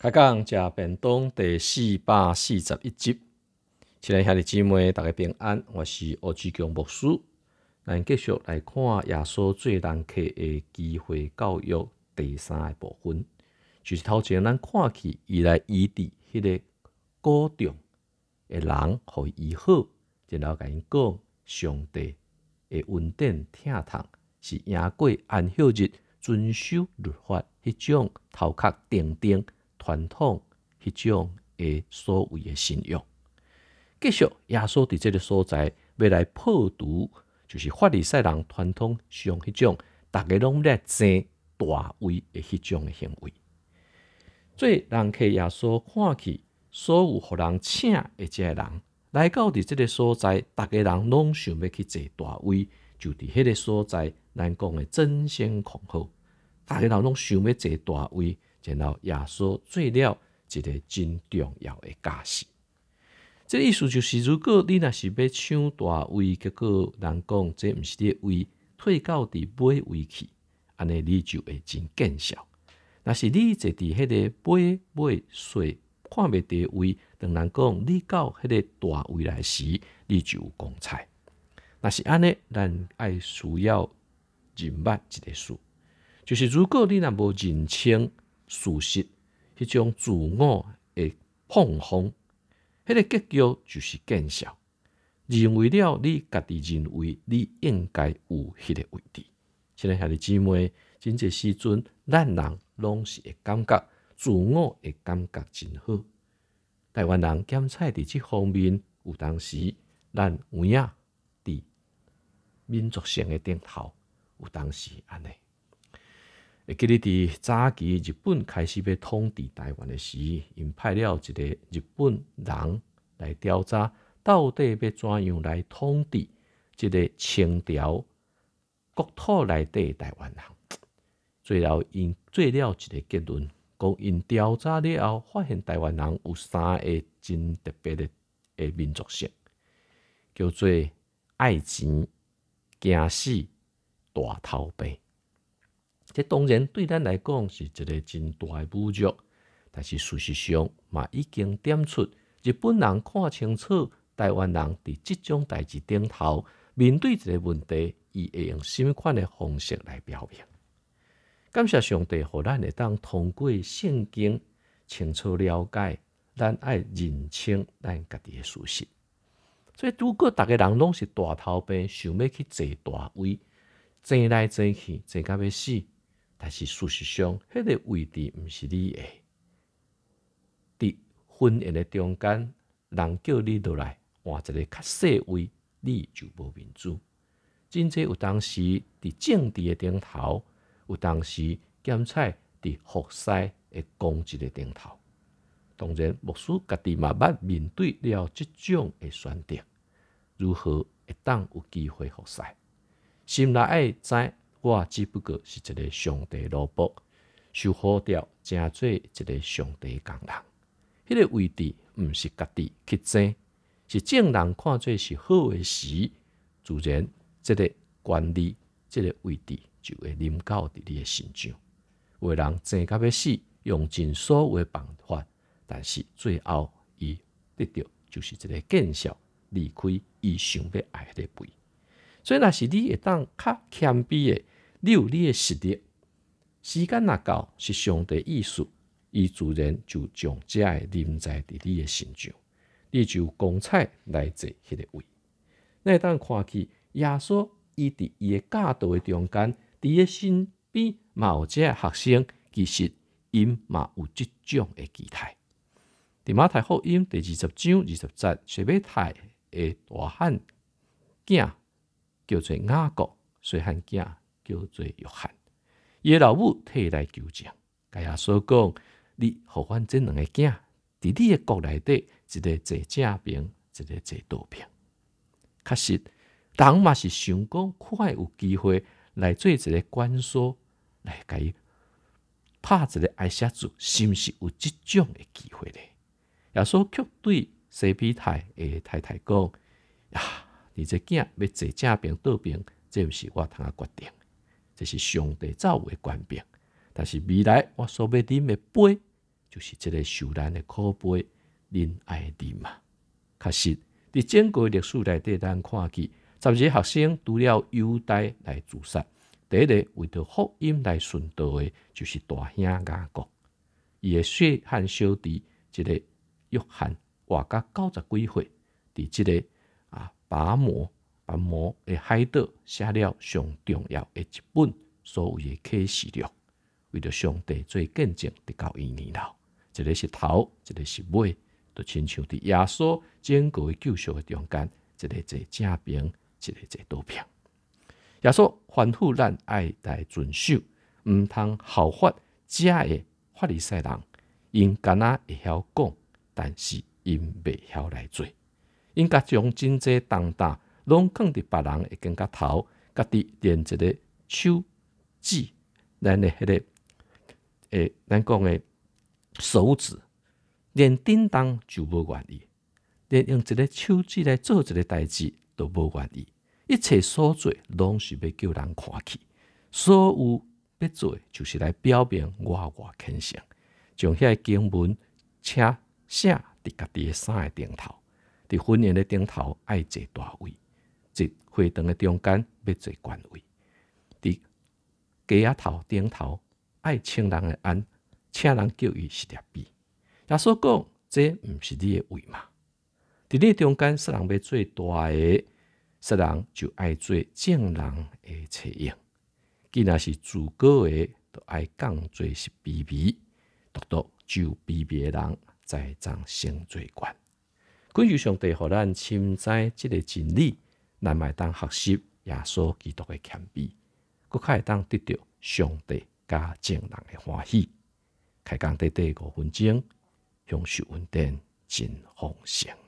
开讲食便当第441集，亲爱兄弟姊妹，大家平安，我是欧志强牧师。咱继续来看耶稣做人客的机会教育第3个部分，就是头前咱看去，伊来医治迄个高重的人，互伊医好，然后甲因讲，上帝的恩典疼痛是赢过安息日遵守律法迄种头壳定定。传统迄种的所谓的信仰，继续耶稣伫这个所在要来破除，就是法利赛人传统上迄种大家拢在争大位的迄种的行为。做人客耶稣看去，所有互人请的这个人来到伫这个所在，大家人拢想要去坐大位，就伫迄个所在，咱讲的争先恐后，大家人拢想要坐大位。然后耶稣做了一个真重要的假事，这意思就是，如果你若是要抢大位，结果人讲这毋是你的位，退到伫尾位去，安尼你就会真见笑。若是你坐伫迄个尾细看袂到位，当人讲你到迄个大位来时，你就有光彩。若是安尼，咱爱需要认捌一个事，就是如果你若无认清事实，迄种自我的放风，迄个结局就是见笑。认为了你家己认为你应该有迄个位置。亲爱兄弟姊妹，真侪时阵，咱人拢是会感觉自我的感觉真好。台湾人检测伫即方面，有当时咱有影伫民族性的顶头，有当时安尼。会记得伫早期日本开始要统治台湾的时，因派了一个日本人来调查，到底要怎样来统治这个清朝国土内底的台湾人。最后因做了一个结论，讲因调查了后，发现台湾人有3个真特别的民族性，叫做爱钱、惊死、大头病。这当然对咱来讲是一个真大的侮辱，但是事实上嘛已经点出日本人看清楚台湾人伫这种代志顶头面对一个问题，伊会用什么款的方式来表明。感谢上帝，互咱会当通过圣经清楚了解，咱爱认清咱家己的事实。所以如果大家人拢是大头病，想要去坐大位，坐来坐去，坐到要死。但是事实上，迄个位置毋是你的。伫婚宴的中间，人叫你落来换一个较细位，你就无面子。真济有当时伫政治的顶头，有当时检采伫服侍的公职的顶头。当然，牧师家己嘛捌面对了这种的选择，如何会当有机会服侍？心内爱知。我只不过是一个上帝奴仆，受呼召成做一个上帝工人。迄个位置毋是家己去争，是众人看做是好的时，自然这个权利、这个位置就会临到伫你的身上。有人争到要死，用尽所有的办法，但是最后伊得到就是一个见笑，离开伊想要爱的位。所以，若是你会当较谦卑的，你有你的实力，时间若到，是上帝意思，伊自然就将这个临在伫你的身上，你就有光彩来坐迄个位。咱会当看去，耶稣伊伫伊的教导的中间，伫伊的身边嘛有这个学生，其实因嘛有这种的期待。伫马太福音第20章20节，西庇太的大汉囝。叫做雅各，细汉囝叫做约翰。伊的老母替伊来求情，甲耶稣讲：“你互阮这2个囝，伫你的国内底，一个坐正边，一个坐倒边。”确实，人嘛是想讲，快有机会来做一个官所，来甲伊拍一个挨写字，是毋是有这种的机会咧？耶稣却对西庇太的太太讲：“呀！”你这囝要坐正边倒边，这毋是我通决定，这是上帝造的权柄。但是未来我所要啉的杯， 就是这个受难的苦杯，恁爱啉嘛。确实，伫整个历史内底，咱看见12个学生除了犹太来自杀，第一个为着福音来顺道的，就是大兄雅各。伊的细汉小弟，一个约翰活到90几岁，伫这个拔摩的海岛写了上重要的一本所谓的启示录，为着上帝做见证，直到伊年老。一个是头，一个是尾，就亲像伫耶稣整个的救赎的中间，一个坐正边，一个坐倒边。耶稣吩咐咱爱来遵守，毋通效法假的法利赛人，因敢若会晓讲，但是因袂晓来做。因甲将真济重担拢放伫别人会更较头，家己连一个手指，咱的迄个咱讲的手指，连叮当就无愿意，连用一个手指来做一个代志都无愿意。一切所做拢是要叫人看去，所有要做的就是来表明我虔诚，将遐经文写伫家己的衫的顶头，伫婚宴的顶头爱坐大位，伫会堂的中间要坐官位，伫鸡仔头顶头爱请人的安，请人叫伊是粒米。耶稣讲，这毋是你的位嘛？伫你中间，使人要做大个，使人就爱做正人的册用。既然是自高的，就爱讲做是卑微，独就卑微的人才当成最悬。恳求上帝，互咱深知这个真理，咱嘛会当学习耶稣基督的谦卑，佫较会当得到上帝甲正人的欢喜。开工短短5分钟，享受稳定真丰盛。